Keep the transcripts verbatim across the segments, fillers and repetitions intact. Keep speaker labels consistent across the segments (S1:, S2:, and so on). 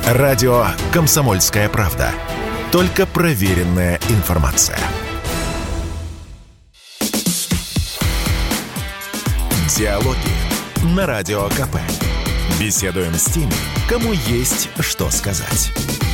S1: Радио «Комсомольская правда». Только проверенная информация. Диалоги на Радио КП. Беседуем с теми, кому есть что сказать.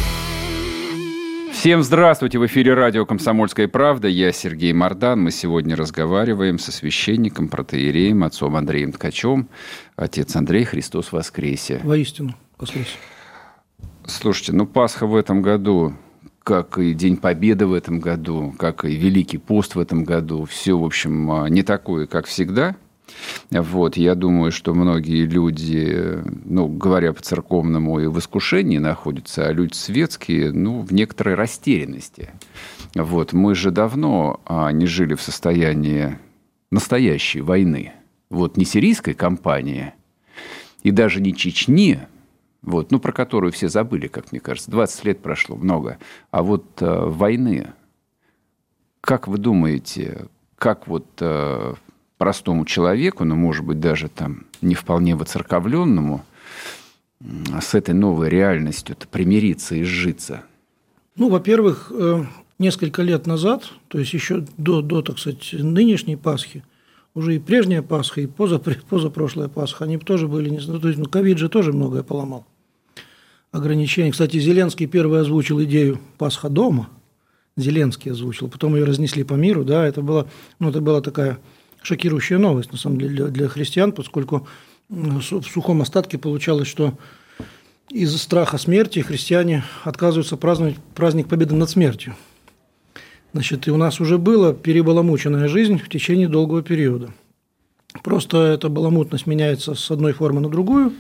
S2: Всем здравствуйте! В эфире радио «Комсомольская правда». Я Сергей Мордан. Мы сегодня разговариваем со священником, протоиереем, отцом Андреем Ткачевым. Отец Андрей, Христос воскресе!
S3: Воистину воскресе!
S2: Слушайте, ну Пасха в этом году, как и День Победы в этом году, как и Великий пост в этом году, все, в общем, не такое, как всегда. Вот, я думаю, что многие люди, ну, говоря по-церковному, и в искушении находятся, а люди светские, ну, в некоторой растерянности. Вот, мы же давно а, не жили в состоянии настоящей войны. Вот, не сирийской кампании и даже не Чечни, вот, ну, про которую все забыли, как мне кажется, двадцать лет прошло, много, а вот а, войны. Как вы думаете, как вот... А, простому человеку, но, может быть, даже там не вполне воцерковленному, с этой новой реальностью-то примириться и сжиться?
S3: Ну, во-первых, несколько лет назад, то есть еще до, до, так сказать, нынешней Пасхи, уже и прежняя Пасха, и позапрошлая Пасха, они тоже были, ну, то есть, ну, ковид же тоже многое поломал. Ограничения. Кстати, Зеленский первый озвучил идею Пасха дома. Зеленский озвучил, потом ее разнесли по миру, да, это была, ну, это была такая шокирующая новость, на самом деле, для, для христиан, поскольку в сухом остатке получалось, что из-за страха смерти христиане отказываются праздновать праздник Победы над смертью. Значит, и у нас уже была перебаламученная жизнь в течение долгого периода. Просто эта баламутность меняется с одной формы на другую,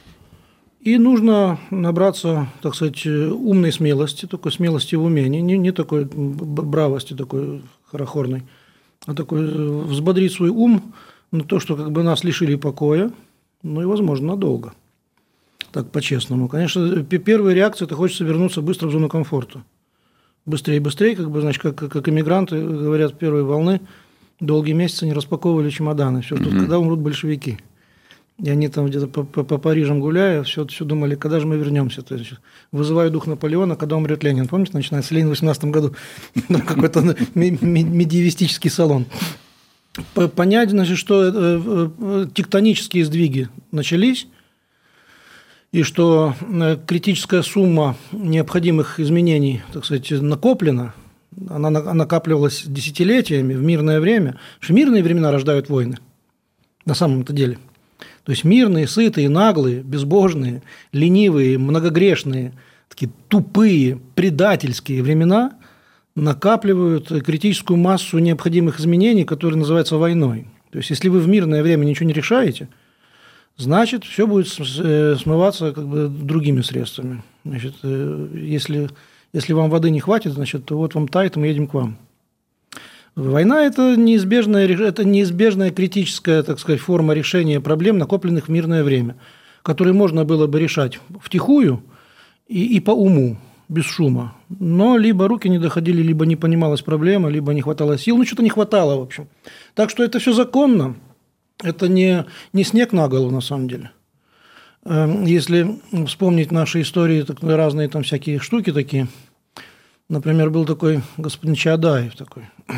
S3: и нужно набраться, так сказать, умной смелости, такой смелости в умении, не, не такой бравости, такой хорохорной, а такой взбодрить свой ум на то, что как бы нас лишили покоя, ну и, возможно, надолго. Так, по-честному. Конечно, первая реакция – это хочется вернуться быстро в зону комфорта. Быстрее и быстрее, как бы, значит, как, как иммигранты, говорят, первой волны, долгие месяцы не распаковывали чемоданы. Все, mm-hmm. когда умрут большевики. И они там где-то по, по, по Парижам гуляя, все, все думали, когда же мы вернемся. То есть, вызываю дух Наполеона, когда умрет Ленин. Помните, начинается Ленин в восемнадцатом году, какой-то медиевистический салон. Понять, значит, что тектонические сдвиги начались, и что критическая сумма необходимых изменений, так сказать, накоплена, она накапливалась десятилетиями в мирное время, что мирные времена рождают войны, на самом-то деле. То есть мирные, сытые, наглые, безбожные, ленивые, многогрешные, такие тупые, предательские времена накапливают критическую массу необходимых изменений, которые называются войной. То есть, если вы в мирное время ничего не решаете, значит, все будет смываться как бы другими средствами. Значит, если, если вам воды не хватит, значит, то вот вам тает, и мы едем к вам. Война – это неизбежная, это неизбежная критическая, так сказать, форма решения проблем, накопленных в мирное время, которые можно было бы решать втихую и, и по уму, без шума. Но либо руки не доходили, либо не понималась проблема, либо не хватало сил, ну, что-то не хватало, в общем. Так что это все законно, это не, не снег на голову, на самом деле. Если вспомнить наши истории, так, разные там всякие штуки такие, например, был такой господин Чаадаев такой.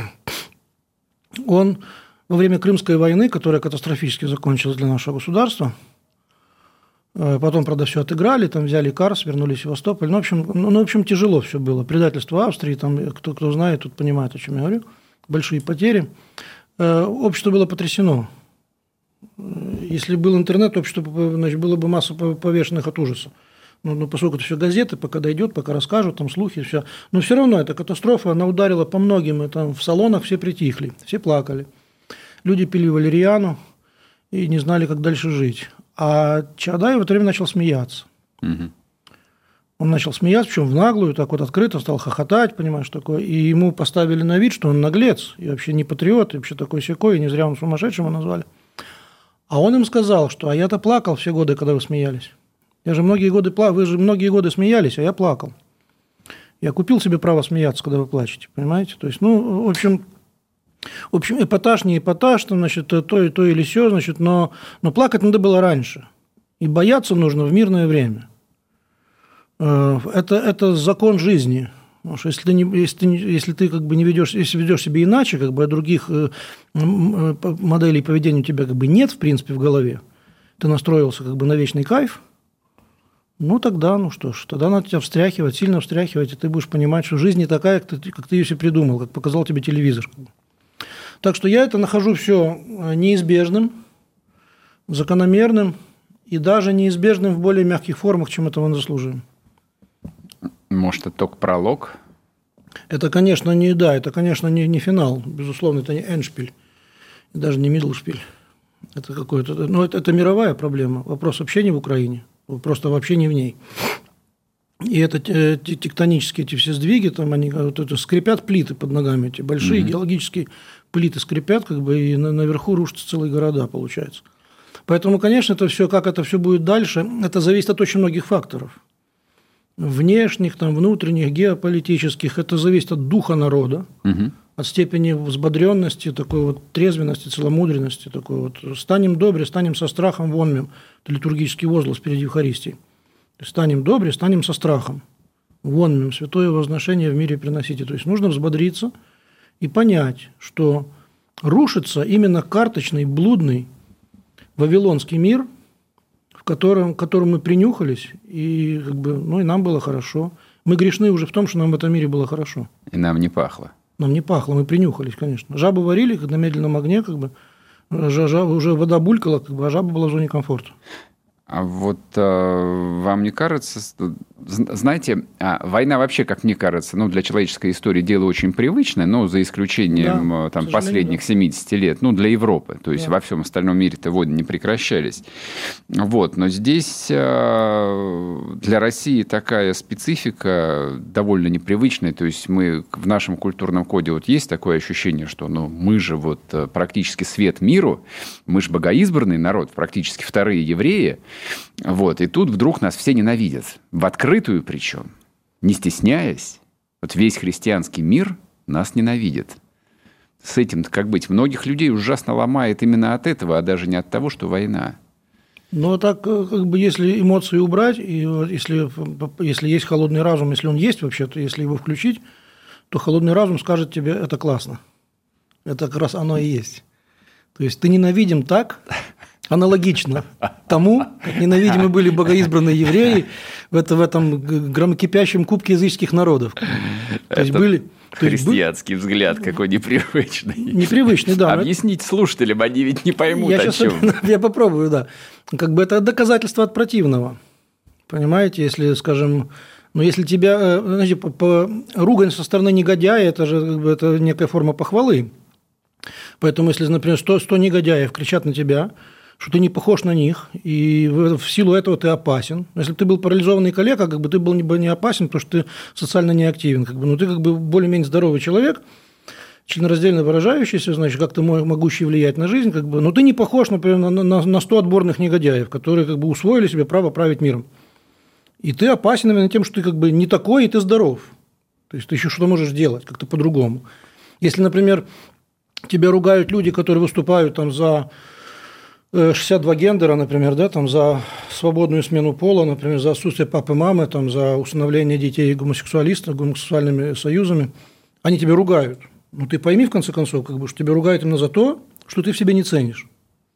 S3: Он во время Крымской войны, которая катастрофически закончилась для нашего государства, потом, правда, все отыграли, там взяли Карс, вернулись в Севастополь. Ну, в общем, ну, в общем, тяжело все было. Предательство Австрии, там, кто, кто знает, тут понимает, о чем я говорю. Большие потери. Общество было потрясено. Если был интернет, общество, значит, было бы масса повешенных от ужаса. Ну, ну, поскольку это все газеты, пока дойдет, пока расскажут, там слухи, все. Но все равно эта катастрофа, она ударила по многим, и там в салонах все притихли, все плакали. Люди пили валерьяну и не знали, как дальше жить. А Чаадаев в это время начал смеяться. Угу. Он начал смеяться, причем в наглую, так вот открыто, стал хохотать, понимаешь, такое. И ему поставили на вид, что он наглец, и вообще не патриот, и вообще такой-сякой, и не зря он сумасшедшим его назвали. А он им сказал, что «а я-то плакал все годы, когда вы смеялись». Я же многие годы, вы же многие годы смеялись, а я плакал. Я купил себе право смеяться, когда вы плачете, понимаете? То есть, ну, в общем, в общем эпатаж не эпатаж, там, значит, то и то или сё, значит, но, но плакать надо было раньше. И бояться нужно в мирное время. Это, это закон жизни. Потому что если ты, не, если ты, если ты как бы не ведешь, если ведешь себя иначе, как бы а других моделей поведения у тебя как бы нет, в принципе, в голове, ты настроился как бы на вечный кайф, ну тогда, ну что ж, тогда надо тебя встряхивать, сильно встряхивать, и ты будешь понимать, что жизнь не такая, как ты, как ты ее себе придумал, как показал тебе телевизор. Так что я это нахожу все неизбежным, закономерным и даже неизбежным в более мягких формах, чем этого мы заслуживаем.
S2: Может, это только пролог?
S3: Это, конечно, не да, это, конечно, не, не финал, безусловно, это не эндшпиль, даже не мидлшпиль. Это какое-то, ну, это, это мировая проблема. Вопрос вообще не в Украине, просто вообще не в ней. И это тектонические эти все сдвиги, там они вот это, скрипят плиты под ногами, эти большие mm-hmm. геологические плиты скрипят, как бы, и наверху рушатся целые города, получается. Поэтому, конечно, это все, как это все будет дальше, это зависит от очень многих факторов. Внешних, там, внутренних, геополитических. Это зависит от духа народа, угу. от степени взбодренности, такой вот трезвенности, целомудренности. Такой вот. Станем добре, станем со страхом вонмем. Это литургический возглас перед Евхаристией. Станем добре, станем со страхом. Вонмем, святое возношение в мире приносите. То есть нужно взбодриться и понять, что рушится именно карточный, блудный вавилонский мир, в котором, к которому мы принюхались, и, как бы, ну, и нам было хорошо. Мы грешны уже в том, что нам в этом мире было хорошо.
S2: И нам не пахло.
S3: Нам не пахло, мы принюхались, конечно. Жабу варили на медленном огне, как бы, жаба, уже вода булькала, как бы, а жаба была в зоне комфорта.
S2: А вот э, вам не кажется, знаете, а, война вообще, как мне кажется, ну, для человеческой истории дело очень привычное, но за исключением да, там, последних да. семидесяти лет, ну, для Европы, то есть да. во всем остальном мире-то войны не прекращались. Вот, но здесь э, для России такая специфика довольно непривычная, то есть мы в нашем культурном коде вот есть такое ощущение, что ну, мы же вот практически свет миру, мы же богоизбранный народ, практически вторые евреи. Вот, и тут вдруг нас все ненавидят. В открытую причем, не стесняясь. Вот весь христианский мир нас ненавидит. С этим-то как быть? Многих людей ужасно ломает именно от этого, а даже не от того, что война.
S3: Ну, так, как бы, если эмоции убрать, и если, если есть холодный разум, если он есть вообще-то, если его включить, то холодный разум скажет тебе, это классно. Это как раз оно и есть. То есть ты ненавидим так, аналогично тому, как ненавидимы были богоизбранные евреи в, это, в этом громокипящем кубке языческих народов. То
S2: это есть были, христианский то есть, взгляд какой непривычный.
S3: Непривычный, да.
S2: Объяснить слушателям, они ведь не поймут,
S3: я
S2: о
S3: сейчас,
S2: чем.
S3: Я попробую, да. Как бы это доказательство от противного. Понимаете, если, скажем, ну, если тебя, знаете, по, по, ругань со стороны негодяя, это же как бы, это некая форма похвалы. Поэтому, если, например, сто, сто негодяев кричат на тебя, что ты не похож на них, и в силу этого ты опасен. Если бы ты был парализованный коллега, как бы ты был не опасен, потому что ты социально неактивен. Как бы, но ты как бы более-менее здоровый человек, членораздельно выражающийся, значит, как-то могущий влиять на жизнь, как бы, но ты не похож, например, на, на, на сто отборных негодяев, которые как бы усвоили себе право править миром. И ты опасен именно тем, что ты как бы не такой, и ты здоров. То есть ты еще что-то можешь делать как-то по-другому. Если, например, тебя ругают люди, которые выступают там за шестьдесят два гендера, например, да, там, за свободную смену пола, например, за отсутствие папы и мамы, там, за усыновление детей гомосексуалистов, гомосексуальными союзами, они тебя ругают. Ну, ты пойми, в конце концов, как бы, что тебя ругают именно за то, что ты в себе не ценишь.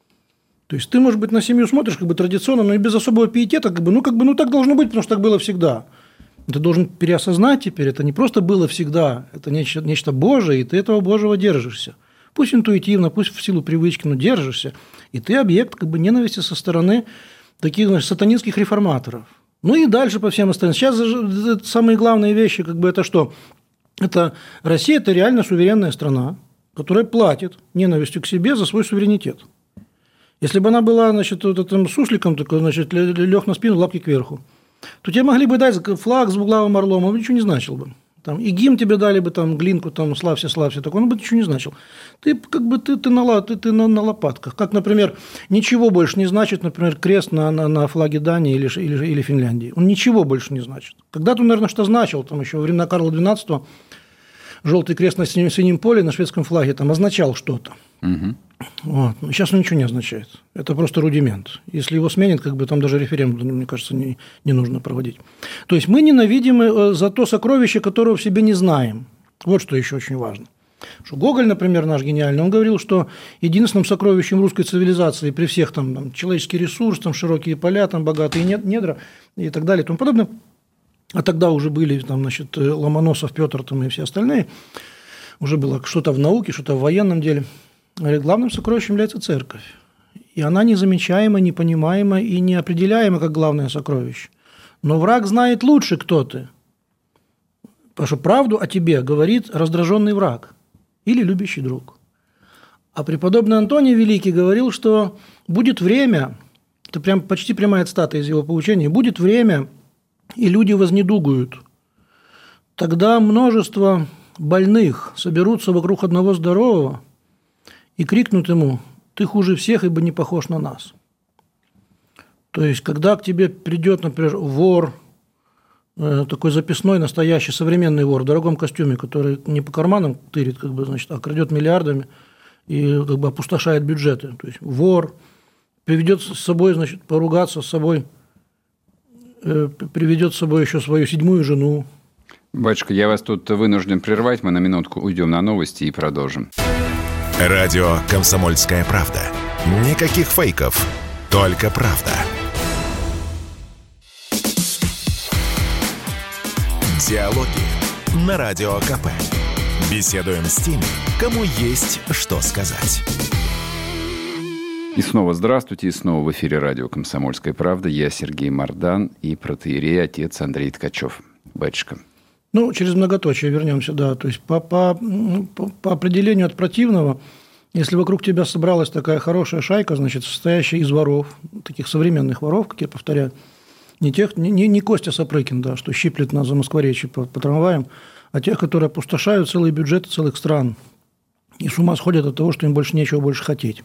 S3: То есть ты, может быть, на семью смотришь как бы традиционно, но и без особого пиетета, как бы, ну, как бы, ну, так должно быть, потому что так было всегда. Ты должен переосознать теперь, это не просто было всегда, это нечто, нечто Божие, и ты этого Божьего держишься. Пусть интуитивно, пусть в силу привычки, но держишься. И ты объект как бы ненависти со стороны таких, значит, сатанинских реформаторов. Ну и дальше по всем остальным. Сейчас самые главные вещи, как бы, это что? Это Россия – это реально суверенная страна, которая платит ненавистью к себе за свой суверенитет. Если бы она была, значит, вот этим сусликом, такой, значит, лег на спину, лапки кверху, то тебе могли бы дать флаг с двуглавым орлом, он ничего не значил бы. Там, и гимн тебе дали бы, там, глинку, там, славься, славься, так он бы ничего не значил. Ты как бы ты, ты, на, ты, ты на, на лопатках. Как, например, ничего больше не значит, например, крест на, на, на флаге Дании или, или, или Финляндии. Он ничего больше не значит. Когда-то он, наверное, что значил, там еще во времена Карла двенадцатого желтый крест на синем поле на шведском флаге там означал что-то. Угу. Вот. Сейчас он ничего не означает. Это просто рудимент. Если его сменят, как бы там даже референдум, мне кажется, не, не нужно проводить. То есть мы ненавидимы за то сокровище, которого в себе не знаем. Вот что еще очень важно. Что Гоголь, например, наш гениальный, он говорил, что единственным сокровищем русской цивилизации при всех там, там человеческий ресурс, там широкие поля, там богатые недра и так далее и тому подобное, а тогда уже были там, значит, Ломоносов, Петр там, и все остальные, уже было что-то в науке, что-то в военном деле. Главным сокровищем является церковь. И она незамечаема, непонимаема и неопределяема как главное сокровище. Но враг знает лучше, кто ты. Потому что правду о тебе говорит раздраженный враг или любящий друг. А преподобный Антоний Великий говорил, что будет время, это прям почти прямая цитата из его поучения, будет время, и люди вознедугуют. Тогда множество больных соберутся вокруг одного здорового и крикнут ему: «Ты хуже всех, ибо не похож на нас». То есть, когда к тебе придет, например, вор, такой записной, настоящий, современный вор в дорогом костюме, который не по карманам тырит, как бы, значит, а крадет миллиардами и как бы опустошает бюджеты. То есть вор приведет с собой, значит, поругаться с собой, приведет с собой еще свою седьмую жену.
S2: Батюшка, я вас тут вынужден прервать, мы на минутку уйдем на новости и продолжим.
S1: Радио «Комсомольская правда». Никаких фейков, только правда. Диалоги на Радио КП. Беседуем с теми, кому есть что сказать.
S2: И снова здравствуйте, и снова в эфире радио «Комсомольская правда». Я Сергей Мардан и протоиерей отец Андрей Ткачев. Батюшка.
S3: Ну, через многоточие вернемся, да. То есть по, по, по, по определению от противного, если вокруг тебя собралась такая хорошая шайка, значит, состоящая из воров, таких современных воров, как я повторяю, не, тех, не, не, не Костя Сапрыкин, да, что щиплет на Замоскворечье по, по трамваям, а тех, которые опустошают целые бюджеты целых стран и с ума сходят от того, что им больше нечего больше хотеть.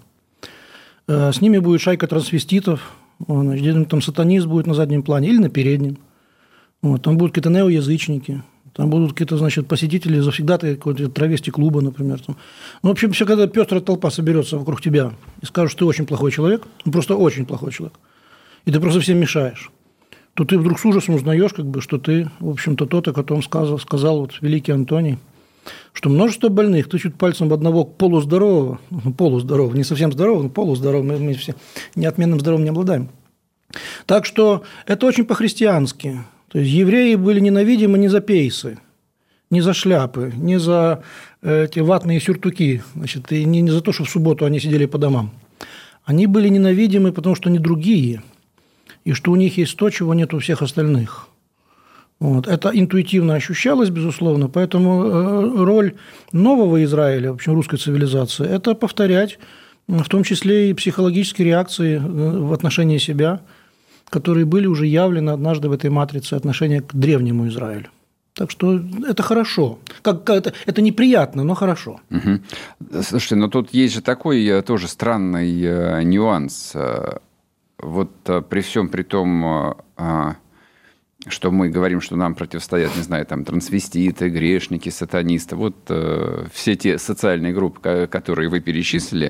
S3: С ними будет шайка трансвеститов, значит, там сатанист будет на заднем плане или на переднем. Вот, там будут какие-то неоязычники, там будут какие-то, значит, посетители завсегдатые какого-то травести-клуба, например. Там. Ну, в общем, все, когда пестрая толпа соберется вокруг тебя и скажет, что ты очень плохой человек, ну, просто очень плохой человек, и ты просто всем мешаешь, то ты вдруг с ужасом узнаешь, как бы, что ты, в общем-то, тот, о котором сказал, сказал вот великий Антоний, что множество больных тычут пальцем в одного полуздорового, ну, полуздорового, не совсем здорового, но полуздорового, мы, мы все неотменным здоровьем не обладаем. Так что это очень по-христиански. То есть евреи были ненавидимы не за пейсы, не за шляпы, не за эти ватные сюртуки, значит, и не за то, что в субботу они сидели по домам. Они были ненавидимы, потому что они другие, и что у них есть то, чего нет у всех остальных. Вот. Это интуитивно ощущалось, безусловно, поэтому роль нового Израиля, в общем, русской цивилизации, это повторять, в том числе и психологические реакции в отношении себя, которые были уже явлены однажды в этой матрице отношения к древнему Израилю. Так что это хорошо. Как, как, это, это неприятно, но хорошо.
S2: Угу. Слушайте, но тут есть же такой тоже странный э, нюанс. Вот э, при всем при том, э, что мы говорим, что нам противостоят, не знаю, там, трансвеститы, грешники, сатанисты, вот э, все те социальные группы, которые вы перечислили,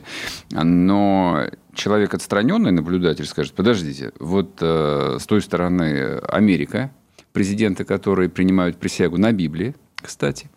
S2: но человек отстраненный, наблюдатель, скажет: подождите, вот э, с той стороны Америка, президенты, которые принимают присягу на Библии, кстати,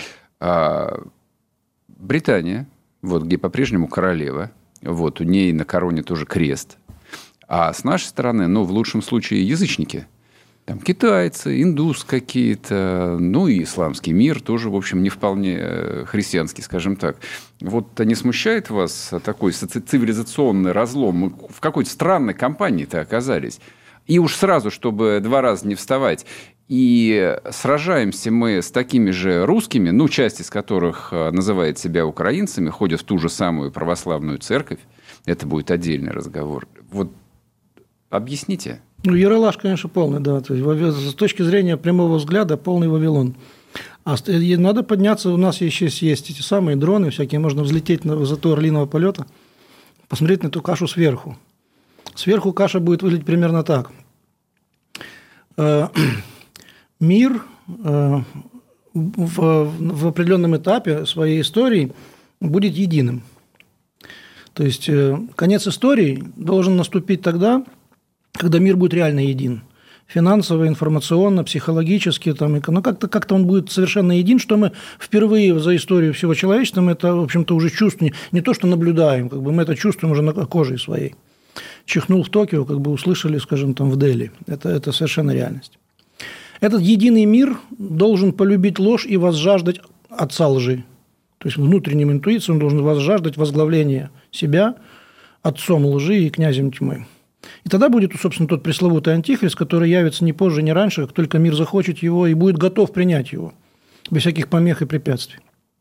S2: а Британия, вот, где по-прежнему королева, вот, у ней на короне тоже крест, а с нашей стороны, ну, в лучшем случае, язычники. Там китайцы, индус какие-то, ну и исламский мир тоже, в общем, не вполне христианский, скажем так. Вот не смущает вас такой цивилизационный разлом? Мы в какой-то странной компании-то оказались. И уж сразу, чтобы два раза не вставать. И сражаемся мы с такими же русскими, ну, часть из которых называет себя украинцами, ходят в ту же самую православную церковь. Это будет отдельный разговор. Вот объясните.
S3: Ну, яролаж, конечно, полный, да. То есть, с точки зрения прямого взгляда, полный Вавилон. А надо подняться, у нас еще есть эти самые дроны всякие, можно взлететь на высоту орлиного полета, посмотреть на эту кашу сверху. Сверху каша будет выглядеть примерно так. Мир в, в определенном этапе своей истории будет единым. То есть конец истории должен наступить тогда, когда мир будет реально един. Финансово, информационно, психологически, там, ну, как-то, как-то он будет совершенно един, что мы впервые за историю всего человечества, мы это, в общем-то, уже чувствуем, не то, что наблюдаем, как бы мы это чувствуем уже на коже своей. Чихнул в Токио, как бы услышали, скажем, там в Дели. Это, это совершенно реальность. Этот единый мир должен полюбить ложь и возжаждать отца лжи. То есть внутренним интуицией он должен возжаждать возглавления себя отцом лжи и князем тьмы. И тогда будет, собственно, тот пресловутый антихрист, который явится не позже, не раньше, как только мир захочет его и будет готов принять его, без всяких помех и препятствий.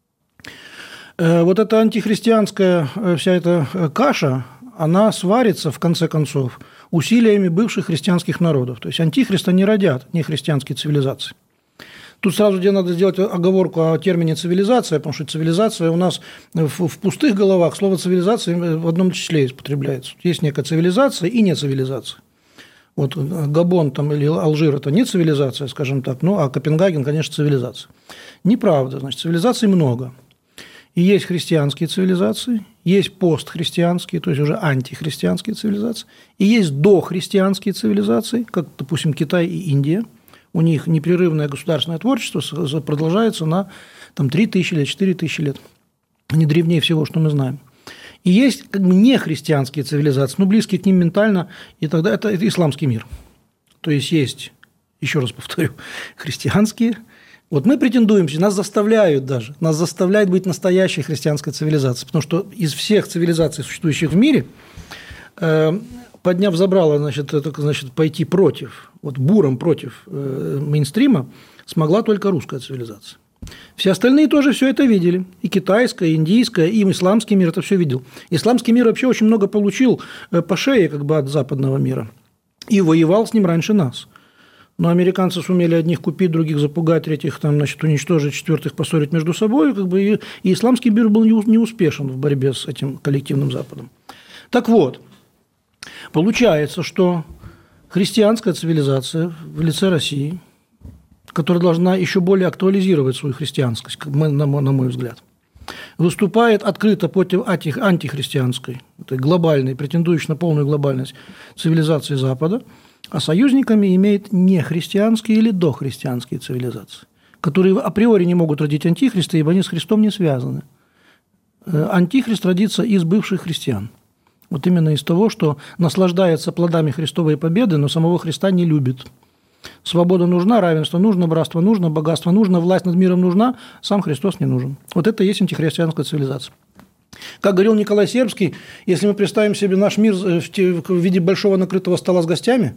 S3: Вот эта антихристианская вся эта каша, она сварится, в конце концов, усилиями бывших христианских народов. То есть антихриста не родят нехристианские цивилизации. Тут сразу где надо сделать оговорку о термине «цивилизация», потому что цивилизация у нас в, в пустых головах, слово «цивилизация» в одном числе употребляется. Есть некая цивилизация и не цивилизация. Вот Габон там, или Алжир – это не цивилизация, скажем так, ну, а Копенгаген, конечно, цивилизация. Неправда. Значит, цивилизаций много. И есть христианские цивилизации, есть постхристианские, то есть уже антихристианские цивилизации, и есть дохристианские цивилизации, как, допустим, Китай и Индия. У них непрерывное государственное творчество продолжается на там, три тысячи лет, четыре тысячи лет. Они древнее всего, что мы знаем. И есть как бы нехристианские цивилизации, но близкие к ним ментально, и тогда это, это исламский мир. То есть есть, еще раз повторю, христианские. Вот мы претендуем, нас заставляют даже, нас заставляют быть настоящей христианской цивилизацией, потому что из всех цивилизаций, существующих в мире, подняв забрало, значит, это, значит, пойти против, вот буром против э, мейнстрима, смогла только русская цивилизация. Все остальные тоже все это видели. И китайская, и индийская, и исламский мир это все видел. Исламский мир вообще очень много получил по шее как бы, от западного мира. И воевал с ним раньше нас. Но американцы сумели одних купить, других запугать, третьих там, значит, уничтожить, четвертых поссорить между собой. Как бы, и, и исламский мир был не успешен в борьбе с этим коллективным Западом. Так вот, получается, что христианская цивилизация в лице России, которая должна еще более актуализировать свою христианскость, как мы, на мой взгляд, выступает открыто против антихристианской, этой глобальной, претендующей на полную глобальность цивилизации Запада, а союзниками имеет нехристианские или дохристианские цивилизации, которые априори не могут родить антихриста, ибо они с Христом не связаны. Антихрист родится из бывших христиан. Вот именно из того, что наслаждается плодами Христовой победы, но самого Христа не любит. Свобода нужна, равенство нужно, братство нужно, богатство нужно, власть над миром нужна, сам Христос не нужен. Вот это и есть антихристианская цивилизация. Как говорил Николай Сербский, если мы представим себе наш мир в виде большого накрытого стола с гостями,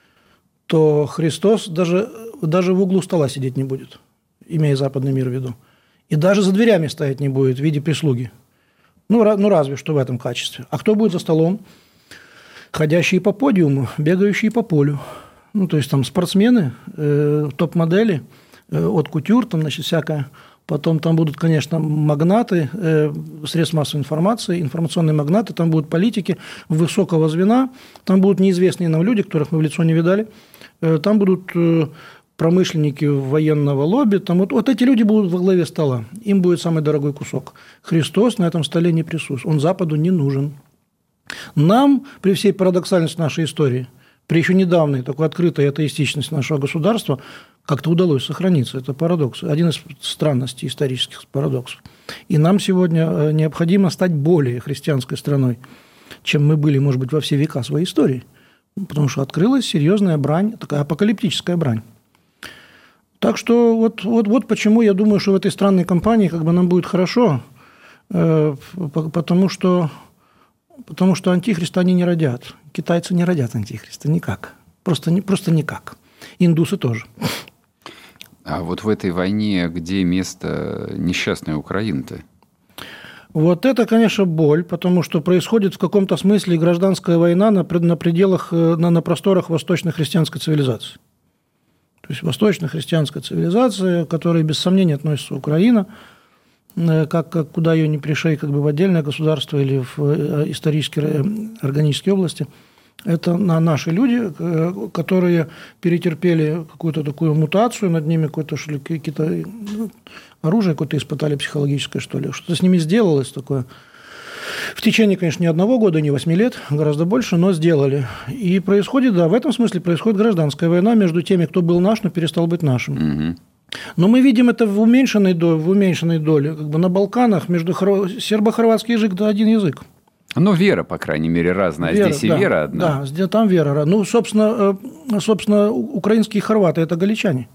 S3: то Христос даже, даже в углу стола сидеть не будет, имея западный мир в виду. И даже за дверями стоять не будет в виде прислуги. Ну, ну, разве что в этом качестве. А кто будет за столом? Ходящие по подиуму, бегающие по полю. Ну, то есть, там спортсмены, э, топ-модели, э, от кутюр, там, значит, всякое. Потом там будут, конечно, магнаты, э, средств массовой информации, информационные магнаты, там будут политики высокого звена, там будут неизвестные нам люди, которых мы в лицо не видали, э, там будут э, промышленники военного лобби, там вот, вот эти люди будут во главе стола, им будет самый дорогой кусок. Христос на этом столе не присутствует, он Западу не нужен. Нам, при всей парадоксальности нашей истории, при еще недавней такой открытой атеистичности нашего государства, как-то удалось сохраниться. Это парадокс, один из странностей исторических парадоксов. И нам сегодня необходимо стать более христианской страной, чем мы были, может быть, во все века своей истории. Потому что открылась серьезная брань, такая апокалиптическая брань. Так что вот, вот, вот почему я думаю, что в этой странной компании как бы нам будет хорошо, потому что, потому что антихриста они не родят. Китайцы не родят антихриста никак. Просто, просто никак. Индусы тоже.
S2: А вот в этой войне где место несчастной Украины-то?
S3: Вот это, конечно, боль, потому что происходит в каком-то смысле гражданская война на, на пределах, на, на просторах восточно-христианской цивилизации. То есть восточно-христианская цивилизация, к которой без сомнения относится Украина, как, как куда ее ни пришей, как бы в отдельное государство или в исторические органические области, Это наши люди, которые перетерпели какую-то такую мутацию, над ними какое-то какие-то оружие какое-то испытали психологическое, что ли. Что-то с ними сделалось такое. В течение, конечно, не одного года, не восьми лет, гораздо больше, но сделали. И происходит, да, в этом смысле происходит гражданская война между теми, кто был наш, но перестал быть нашим. Угу. Но мы видим это в уменьшенной доле, в уменьшенной доле. Как бы на Балканах между хоро... сербо-хорватский язык – да, один язык.
S2: Ну, вера, по крайней мере, разная. Вера, здесь и
S3: да,
S2: вера одна.
S3: Да, там вера. Ну, собственно, собственно, украинские хорваты – это галичане.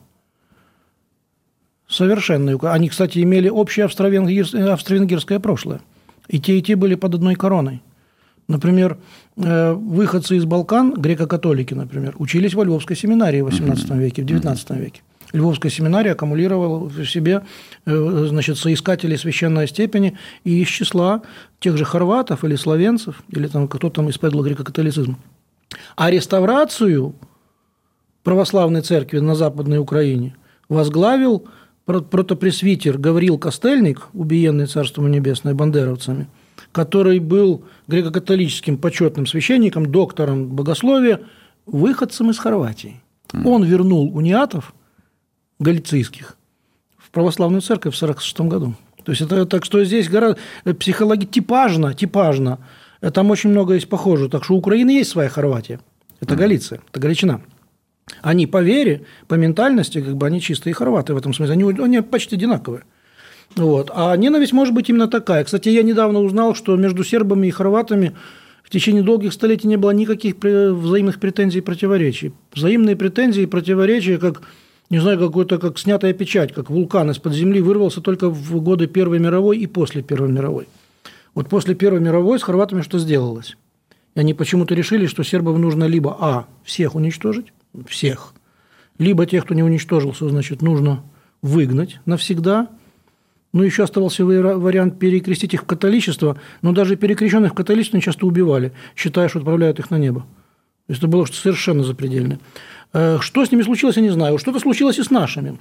S3: Совершенно. Они, кстати, имели общее австро-венгерское прошлое. И те, и те были под одной короной. Например, выходцы из Балкан, греко-католики, например, учились во Львовской семинарии в восемнадцатом веке, в девятнадцатом веке. Львовская семинария аккумулировала в себе, значит, соискателей священной степени и из числа тех же хорватов или словенцев, или там, кто там исповедовал греко-католицизм. А реставрацию православной церкви на Западной Украине возглавил протопресвитер Гавриил Костельник, убиенный Царством Небесное бандеровцами, который был греко-католическим почетным священником, доктором богословия, выходцем из Хорватии. Он вернул униатов галицийских в православную церковь в сорок шестом году. То есть, это так что здесь гораздо психологи... типажно, типажно, там очень много есть похожего. Так что у Украины есть своя Хорватия. Это Галиция, это Галичина. Они по вере, по ментальности, как бы они чистые хорваты в этом смысле. Они, они почти одинаковые. Вот. А ненависть может быть именно такая. Кстати, я недавно узнал, что между сербами и хорватами в течение долгих столетий не было никаких взаимных претензий и противоречий. Взаимные претензии и противоречия, как, не знаю, какой-то, как снятая печать, как вулкан из-под земли вырвался только в годы Первой мировой и после Первой мировой. Вот после Первой мировой с хорватами что сделалось? И они почему-то решили, что сербов нужно либо а. всех уничтожить, всех, либо тех, кто не уничтожился, значит, нужно выгнать навсегда. Ну, еще оставался вариант перекрестить их в католичество, но даже перекрещенных в католичество часто убивали, считая, что отправляют их на небо. То есть это было что-то совершенно запредельное. Что с ними случилось, я не знаю. Что-то случилось и с нашими.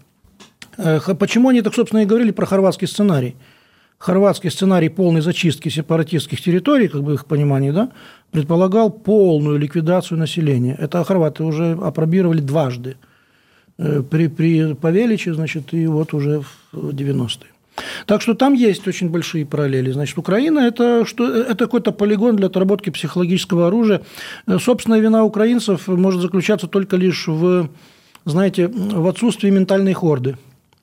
S3: Почему они так, собственно, и говорили про хорватский сценарий? Хорватский сценарий полной зачистки сепаратистских территорий, как бы их понимание, да, предполагал полную ликвидацию населения. Это хорваты уже апробировали дважды. При, при Павеличе, значит, и вот уже в девяностые. Так что там есть очень большие параллели. Значит, Украина – это, что, это какой-то полигон для отработки психологического оружия. Собственная вина украинцев может заключаться только лишь в, знаете, в отсутствии ментальной хорды.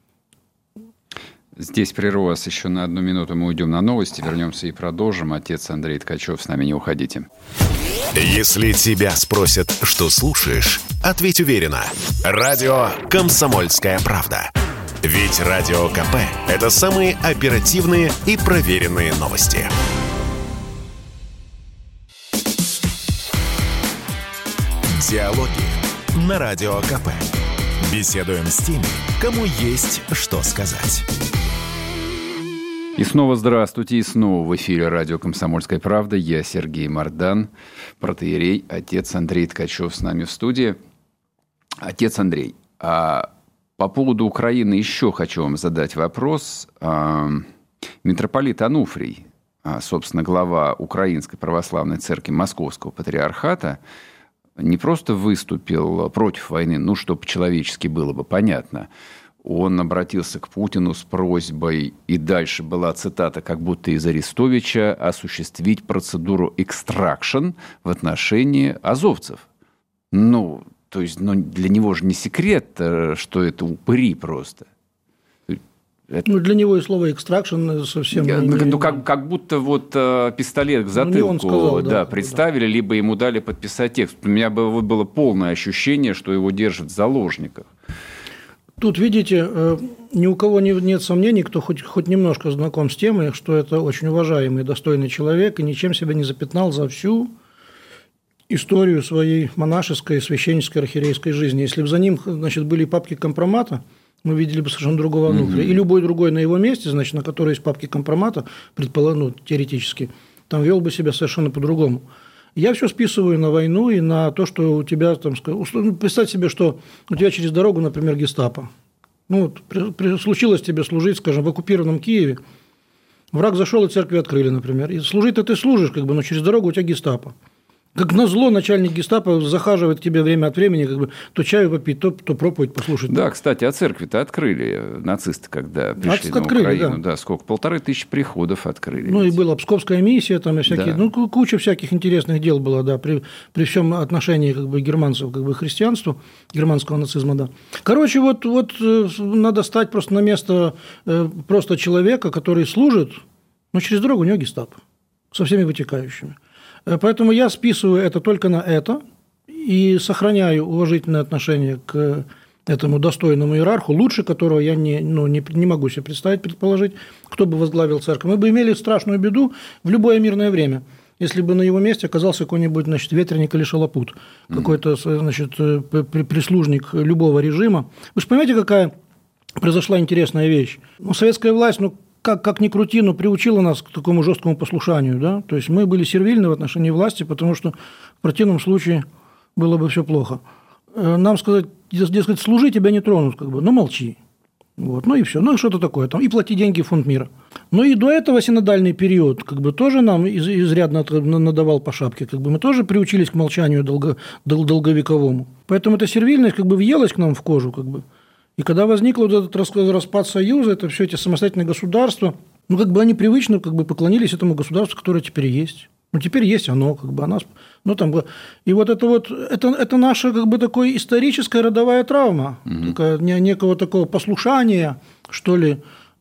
S2: Здесь прерву вас еще на одну минуту. Мы уйдем на новости, вернемся и продолжим. Отец Андрей Ткачев с нами, не уходите.
S1: Если тебя спросят, что слушаешь, ответь уверенно. Радио «Комсомольская правда». Ведь Радио КП – это самые оперативные и проверенные новости. Диалоги на Радио КП. Беседуем с теми, кому есть что сказать.
S2: И снова здравствуйте, и снова в эфире радио «Комсомольская правда». Я Сергей Мардан, протоиерей, отец Андрей Ткачев с нами в студии. Отец Андрей, а по поводу Украины еще хочу вам задать вопрос. Митрополит Ануфрий, собственно, глава Украинской православной церкви Московского патриархата, не просто выступил против войны, ну, что по-человечески было бы понятно. Он обратился к Путину с просьбой, и дальше была цитата, как будто из Арестовича, осуществить процедуру экстракшн в отношении азовцев. Ну, то есть, ну, для него же не секрет, что это упыри просто.
S3: Это... Ну, для него и слово «экстракшн» совсем...
S2: Я,
S3: не...
S2: Ну, как, как будто вот э, пистолет к затылку, ну, он сказал, да, да, представили, да. Либо ему дали подписать текст. У меня было, было полное ощущение, что его держат в заложниках.
S3: Тут, видите, ни у кого нет сомнений, кто хоть, хоть немножко знаком с темой, что это очень уважаемый, достойный человек и ничем себя не запятнал за всю историю своей монашеской, священнической, архиерейской жизни. Если бы за ним, значит, были папки компромата, мы видели бы совершенно другого Ануфрия. Mm-hmm. И любой другой на его месте, значит, на которой есть папки компромата, предположим, ну, теоретически, там вел бы себя совершенно по-другому. Я все списываю на войну и на то, что у тебя, там, представь себе, что у тебя через дорогу, например, гестапо. Ну, вот, при, при, случилось тебе служить, скажем, в оккупированном Киеве, враг зашел и церкви открыли, например. И служить-то ты служишь, как бы, но через дорогу у тебя гестапо. Как назло, начальник гестапо захаживает к тебе время от времени, как бы то чаю попить, то, то проповедь послушать.
S2: Да, кстати, а церкви-то открыли нацисты, когда пришли на
S3: открыли,
S2: Украину.
S3: Да.
S2: да, сколько? Полторы тысячи приходов открыли.
S3: Ну,
S2: ведь.
S3: и была Псковская миссия, там и всякие, да. ну, куча всяких интересных дел была, да, при, при всем отношении как бы германцев как бы, к христианству, германского нацизма, да. Короче, вот, вот надо стать просто на место просто человека, который служит, но через дорогу у него гестапо, со всеми вытекающими. Поэтому я списываю это только на это и сохраняю уважительное отношение к этому достойному иерарху, лучше которого я не, ну, не, не могу себе представить, предположить, кто бы возглавил церковь. Мы бы имели страшную беду в любое мирное время, если бы на его месте оказался какой-нибудь, значит, ветреник или шалопут, mm-hmm. какой-то, значит, прислужник любого режима. Вы же понимаете, какая произошла интересная вещь? Ну, советская власть, ну, Как, как ни крути, но приучила нас к такому жесткому послушанию. Да? То есть мы были сервильны в отношении власти, потому что в противном случае было бы все плохо. Нам сказать, дескать, служи, тебя не тронут, как бы, ну молчи. Вот, ну и все. Ну и что-то такое. Там, и плати деньги в фонд мира. Но и до этого синодальный период как бы, тоже нам изрядно надавал по шапке. Как бы, мы тоже приучились к молчанию долго, дол, долговековому. Поэтому эта сервильность как бы въелась к нам в кожу. Как бы. И когда возник вот этот распад Союза, это все эти самостоятельные государства, ну, как бы они привычно как бы поклонились этому государству, которое теперь есть. Ну, теперь есть оно, как бы, она, ну, там, и вот это вот, это, это наша, как бы, такая историческая родовая травма, угу. такая, некого такого послушания, что ли,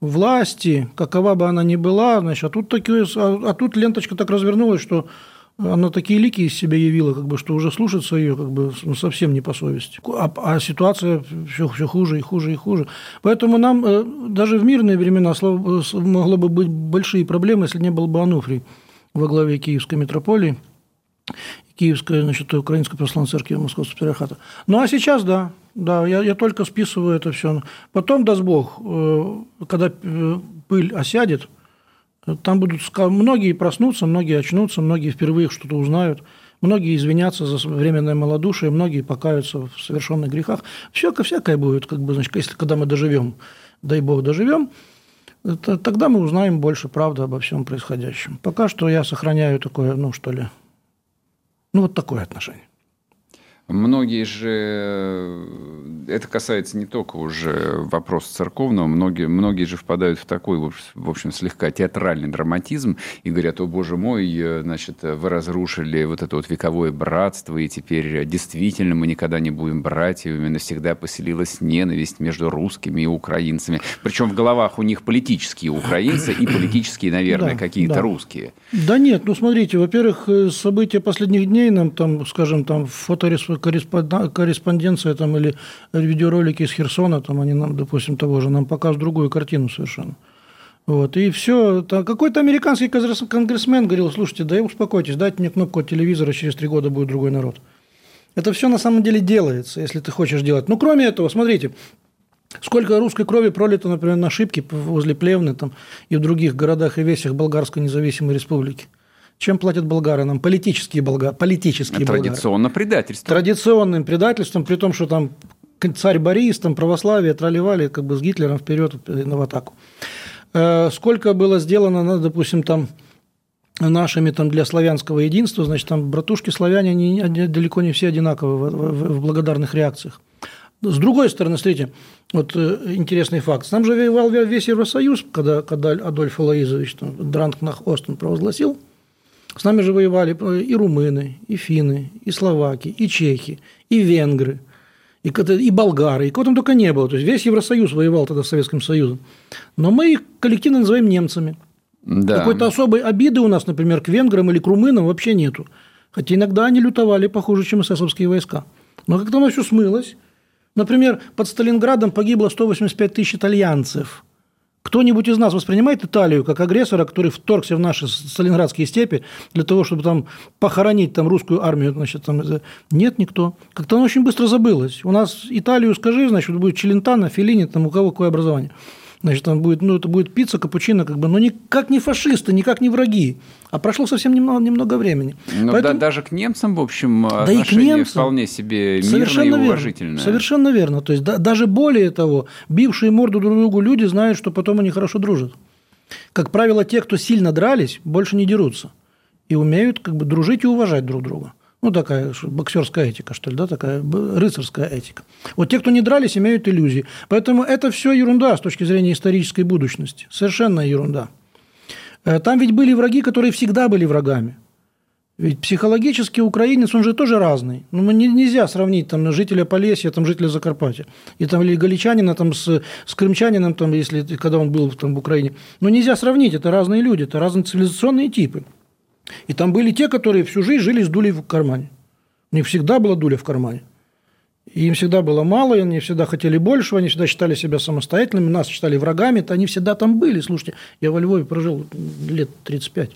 S3: власти, какова бы она ни была, значит, а тут, такие, а, а тут ленточка так развернулась, что она такие лики из себя явила, как бы, что уже слушаться ее как бы, ну, совсем не по совести. А, а ситуация все, все хуже и хуже и хуже. Поэтому нам э, даже в мирные времена могло бы быть большие проблемы, если не был бы Ануфрий во главе Киевской митрополии, Киевской, значит, Украинской православной церкви Московского патриархата. Ну, а сейчас, да, да, я, я только списываю это все. Потом, даст Бог, э, когда пыль осядет, там будут многие проснутся, многие очнутся, многие впервые что-то узнают, многие извинятся за временное малодушие, многие покаются в совершенных грехах. Всякое, всякое будет, как бы, значит, если когда мы доживем, дай Бог доживем, то, тогда мы узнаем больше правды обо всем происходящем. Пока что я сохраняю такое, ну что ли, ну вот такое отношение.
S2: Многие же, это касается не только уже вопроса церковного, многие, многие же впадают в такой, в общем, слегка театральный драматизм и говорят: о, боже мой, значит, вы разрушили вот это вот вековое братство, и теперь действительно мы никогда не будем братьями, навсегда поселилась ненависть между русскими и украинцами. Причем в головах у них политические украинцы и политические, наверное, да, какие-то да. русские.
S3: Да нет, ну смотрите, во-первых, события последних дней нам там, скажем, там фоторисунки, корреспонденция там, или видеоролики из Херсона, там, они нам, допустим, того же, нам покажут другую картину совершенно. Вот, и все. Какой-то американский конгрессмен говорил: слушайте, да успокойтесь, дайте мне кнопку от телевизора, через три года будет другой народ. Это все на самом деле делается, если ты хочешь делать. Ну, кроме этого, смотрите, сколько русской крови пролито, например, на Шипке возле Плевны там, и в других городах и весях Болгарской независимой республики. Чем платят болгары нам? Политические болгары. Политические
S2: Традиционно болгары. Предательство.
S3: Традиционным предательством, при том, что там царь Борис, там православие тролливали как бы с Гитлером вперед в атаку. Сколько было сделано, допустим, там нашими там, для славянского единства, значит, там братушки-славяне, они далеко не все одинаковы в, в, в благодарных реакциях. С другой стороны, смотрите, вот интересный факт. Там же воевал весь Евросоюз, когда, когда Адольф Алоизович Дранкнах-Остен провозгласил. С нами же воевали и румыны, и финны, и словаки, и чехи, и венгры, и, и болгары, и кого там только не было. То есть весь Евросоюз воевал тогда с Советским Союзом. Но мы их коллективно называем немцами. Да. Какой-то особой обиды у нас, например, к венграм или к румынам вообще нету. Хотя иногда они лютовали похуже, чем эсэсовские войска. Но как-то оно все смылось. Например, под Сталинградом погибло сто восемьдесят пять тысяч итальянцев. Кто-нибудь из нас воспринимает Италию как агрессора, который вторгся в наши сталинградские степи для того, чтобы там похоронить там русскую армию? Значит, там... Нет, никто. Как-то оно очень быстро забылось. У нас Италию скажи, значит, будет Челентано, Феллини, там у кого какое образование. Значит, там будет, ну, это будет пицца, капучино, как бы, но никак не фашисты, никак не враги. А прошло совсем немного, немного времени.
S2: Но Поэтому... да, даже к немцам, в общем, да отношение немцам вполне себе мирное и уважительное.
S3: Верно. Совершенно верно. То есть, да, даже более того, бившие морду друг другу люди знают, что потом они хорошо дружат. Как правило, те, кто сильно дрались, больше не дерутся. И умеют как бы дружить и уважать друг друга. Ну, такая боксерская этика, что ли, да, такая рыцарская этика. Вот те, кто не дрались, имеют иллюзии. Поэтому это все ерунда с точки зрения исторической будущности. Совершенно ерунда. Там ведь были враги, которые всегда были врагами. Ведь психологически украинец, он же тоже разный. Ну, нельзя сравнить там, жителя Полесья, там, жителя Закарпатья. И, там, или галичанина там, с, с крымчанином, там, если, когда он был там, в Украине. Но нельзя сравнить. Это разные люди, это разные цивилизационные типы. И там были те, которые всю жизнь жили с дулей в кармане. У них всегда была дуля в кармане. И им всегда было мало, и они всегда хотели большего, они всегда считали себя самостоятельными, нас считали врагами, то они всегда там были. Слушайте, я во Львове прожил лет тридцать пять.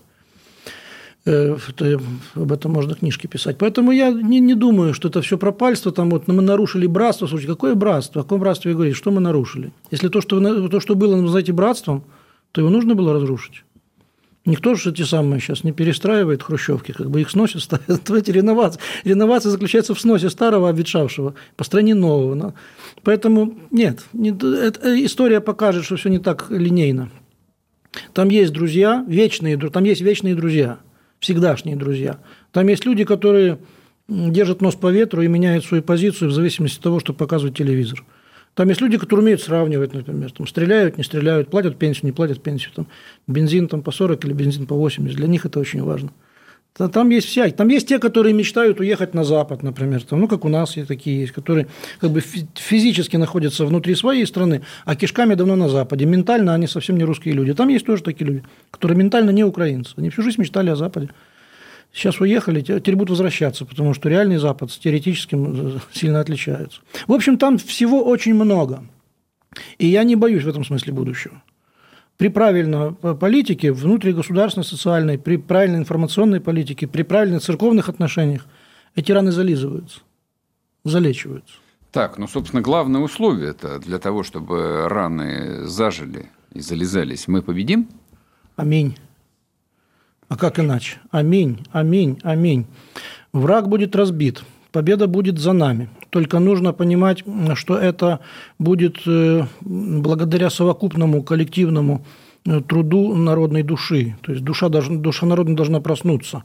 S3: Об этом можно книжки писать. Поэтому я не, не думаю, что это все пропальство. Там вот мы нарушили братство. Слушайте, какое братство? О каком братстве вы говорите? Что мы нарушили? Если то, что, вы, то, что было, называете братством, то его нужно было разрушить. Никто же эти самые сейчас не перестраивает хрущевки, как бы их сносят, ставят. Эти реновации. Реновация заключается в сносе старого, обветшавшего, построении нового. Но... Поэтому нет, не... Это... история покажет, что все не так линейно. Там есть друзья, вечные, там есть вечные друзья, всегдашние друзья. Там есть люди, которые держат нос по ветру и меняют свою позицию в зависимости от того, что показывает телевизор. Там есть люди, которые умеют сравнивать, например, там, стреляют, не стреляют, платят пенсию, не платят пенсию, там, бензин там, по сорок или бензин по восемьдесят, для них это очень важно. Там есть всякие. Там есть те, которые мечтают уехать на Запад, например, там, ну, как у нас и такие есть, которые как бы физически находятся внутри своей страны, а кишками давно на Западе. Ментально они совсем не русские люди. Там есть тоже такие люди, которые ментально не украинцы. Они всю жизнь мечтали о Западе. Сейчас уехали, теперь будут возвращаться, потому что реальный Запад с теоретическим сильно отличается. В общем, там всего очень много. И я не боюсь в этом смысле будущего. При правильной политике, внутригосударственной, социальной, при правильной информационной политике, при правильных церковных отношениях эти раны зализываются, залечиваются.
S2: Так, ну, собственно, главное условие-то для того, чтобы раны зажили и залезались, мы победим?
S3: Аминь. А как иначе? Аминь, аминь, аминь. Враг будет разбит, победа будет за нами. Только нужно понимать, что это будет благодаря совокупному коллективному труду народной души. То есть душа, душа народа должна проснуться.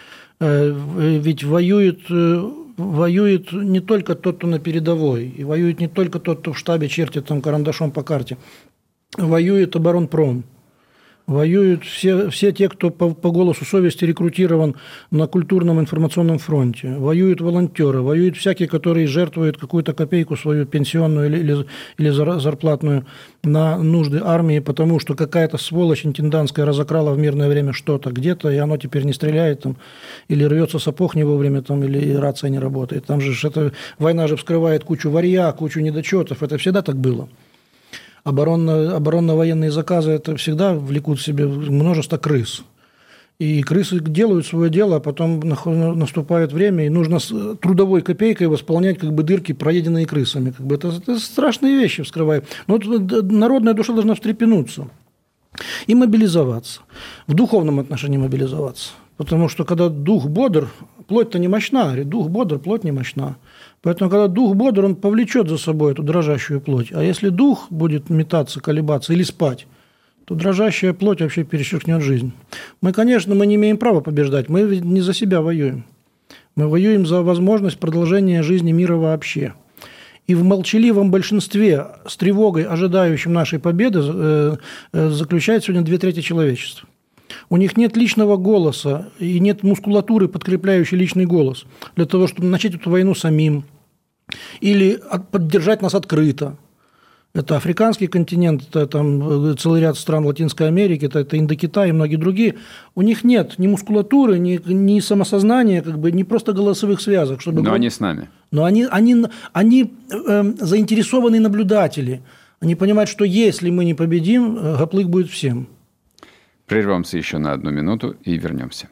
S3: Ведь воюет, воюет не только тот, кто на передовой, и воюет не только тот, кто в штабе чертит там карандашом по карте. Воюет оборонпром. Воюют все, все те, кто по, по голосу совести рекрутирован на культурном информационном фронте. Воюют волонтеры, воюют всякие, которые жертвуют какую-то копейку свою пенсионную или, или, или зарплатную на нужды армии, потому что какая-то сволочь интендантская разокрала в мирное время что-то где-то, и оно теперь не стреляет, там, или рвется сапог не вовремя, там, или рация не работает. Там же это, война же вскрывает кучу варья, кучу недочетов. Это всегда так было. Оборонно, оборонно-военные заказы это всегда влекут в себе множество крыс. И крысы делают свое дело, а потом наступает время, и нужно с трудовой копейкой восполнять как бы дырки, проеденные крысами. Как бы это, это страшные вещи вскрывают. Но вот народная душа должна встрепенуться и мобилизоваться. В духовном отношении мобилизоваться. Потому что когда дух бодр, плоть-то не мощна, дух бодр, плоть не мощна. Поэтому, когда дух бодр, он повлечет за собой эту дрожащую плоть. А если дух будет метаться, колебаться или спать, то дрожащая плоть вообще перечеркнет жизнь. Мы, конечно, мы не имеем права побеждать, мы не за себя воюем. Мы воюем за возможность продолжения жизни мира вообще. И в молчаливом большинстве, с тревогой, ожидающим нашей победы, заключает сегодня две трети человечества. У них нет личного голоса и нет мускулатуры, подкрепляющей личный голос, для того, чтобы начать эту войну самим или поддержать нас открыто. Это африканский континент, это там целый ряд стран Латинской Америки, это, это Индокитай и многие другие. У них нет ни мускулатуры, ни, ни самосознания, как бы, ни просто голосовых связок. Чтобы...
S2: Но они с нами.
S3: Но они, они, они э, заинтересованные наблюдатели. Они понимают, что если мы не победим, гоплык будет всем.
S2: Прервемся еще на одну минуту и вернемся.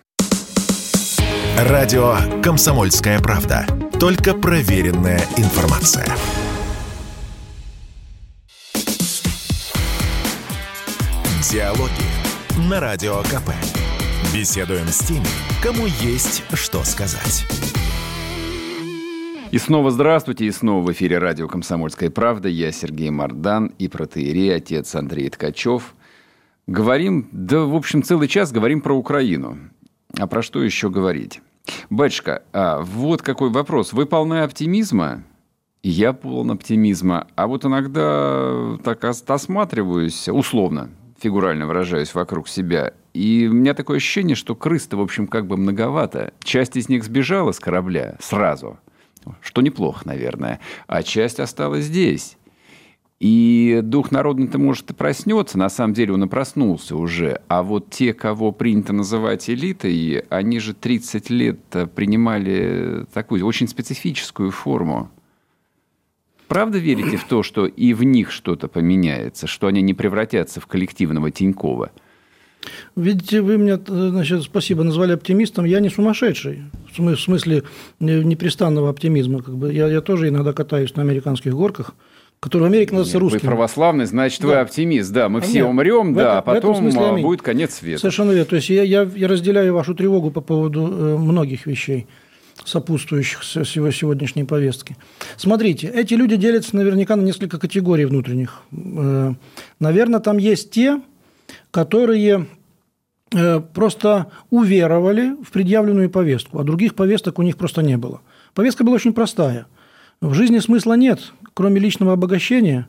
S1: Радио «Комсомольская правда». Только проверенная информация. Диалоги на Радио КП. Беседуем с теми, кому есть что сказать.
S2: И снова здравствуйте, и снова в эфире радио «Комсомольская правда». Я Сергей Мардан и протоиерей, отец Андрей Ткачев. Говорим, да, в общем, целый час говорим про Украину. А про что еще говорить? Батюшка, а вот какой вопрос. Вы полны оптимизма? Я полон оптимизма. А вот иногда так осматриваюсь, условно, фигурально выражаюсь, вокруг себя. И у меня такое ощущение, что крыс-то, в общем, как бы многовато. Часть из них сбежала с корабля сразу, что неплохо, наверное. А часть осталась здесь. И дух народный-то, может, и проснется. На самом деле он и проснулся уже. А вот те, кого принято называть элитой, они же тридцать лет принимали такую очень специфическую форму. Правда верите в то, что и в них что-то поменяется, что они не превратятся в коллективного Тинькова?
S3: Видите, вы меня, значит, спасибо, назвали оптимистом. Я не сумасшедший, в смысле непрестанного оптимизма. Как бы я, я тоже иногда катаюсь на американских горках, которые в Америке называются русскими.
S2: Вы православный, значит, да. Вы оптимист. Да, мы а все нет, умрем, да, это, а потом смысле, будет конец света.
S3: Совершенно верно. То есть я, я, я разделяю вашу тревогу по поводу многих вещей, сопутствующих сегодняшней повестке. Смотрите, эти люди делятся наверняка на несколько категорий внутренних. Наверное, там есть те, которые просто уверовали в предъявленную повестку, а других повесток у них просто не было. Повестка была очень простая. В жизни смысла нет, кроме личного обогащения,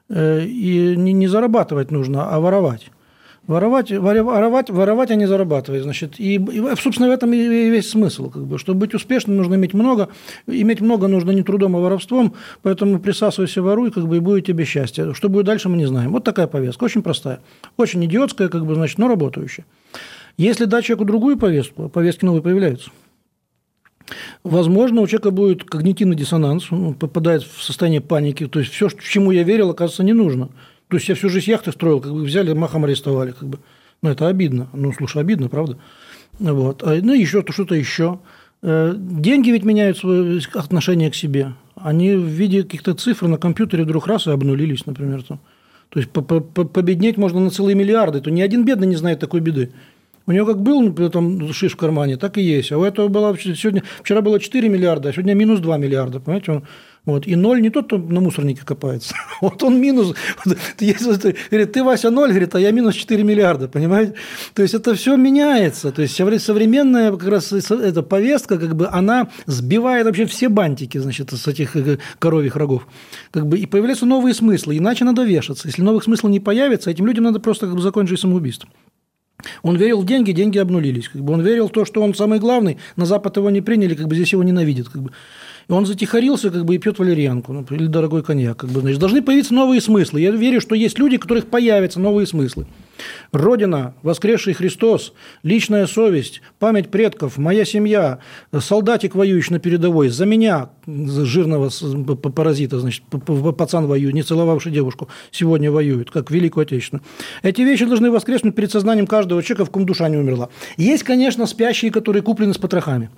S3: и не зарабатывать нужно, а воровать. Воровать, воровать, воровать, а не зарабатывать. Значит, и, и, собственно, в этом и весь смысл. Как бы. Чтобы быть успешным, нужно иметь много. Иметь много нужно не трудом, а воровством. Поэтому присасывайся, воруй, как бы, и будет тебе счастье. Что будет дальше, мы не знаем. Вот такая повестка. Очень простая. Очень идиотская, как бы, значит, но работающая. Если дать человеку другую повестку, повестки новые появляются. Возможно, у человека будет когнитивный диссонанс, он попадает в состояние паники. То есть все, чему я верил, оказывается, не нужно. То есть я всю жизнь яхты строил, как бы взяли, махом арестовали. Как бы. Ну, это обидно. Ну, слушай, обидно, правда? Вот. Ну, еще что-то еще. Деньги ведь меняют свое отношение к себе. Они в виде каких-то цифр на компьютере вдруг раз и обнулились, например. Там. То есть победнеть можно на целые миллиарды. То ни один бедный не знает такой беды. У него как был там, шиш в кармане, так и есть. А у этого было сегодня, вчера было четыре миллиарда, а сегодня минус два миллиарда. Понимаете? Он, вот. И ноль не тот, кто на мусорнике копается. Вот он минус. Говорит, ты, Вася, ноль, говорит, а я минус четыре миллиарда. Понимаете? То есть это все меняется. То есть современная как раз эта повестка, как бы, она сбивает вообще все бантики, значит, с этих коровьих рогов. Как бы, и появляются новые смыслы. Иначе надо вешаться. Если новых смыслов не появится, этим людям надо просто как бы закончить жизнь самоубийством. Он верил в деньги, деньги обнулились. Как бы он верил в то, что он самый главный, на Запад его не приняли, как бы здесь его ненавидят. Как бы. И он затихарился, как бы, и пьет валерьянку, ну, или дорогой коньяк. Как бы, значит, должны появиться новые смыслы. Я верю, что есть люди, у которых появятся новые смыслы. Родина, воскресший Христос, личная совесть, память предков, моя семья, солдатик, воюющий на передовой, за меня, жирного паразита, значит, пацан воюет, не целовавший девушку, сегодня воюет, как Великую Отечественную. Эти вещи должны воскреснуть перед сознанием каждого человека, в ком душа не умерла. Есть, конечно, спящие, которые куплены с потрохами.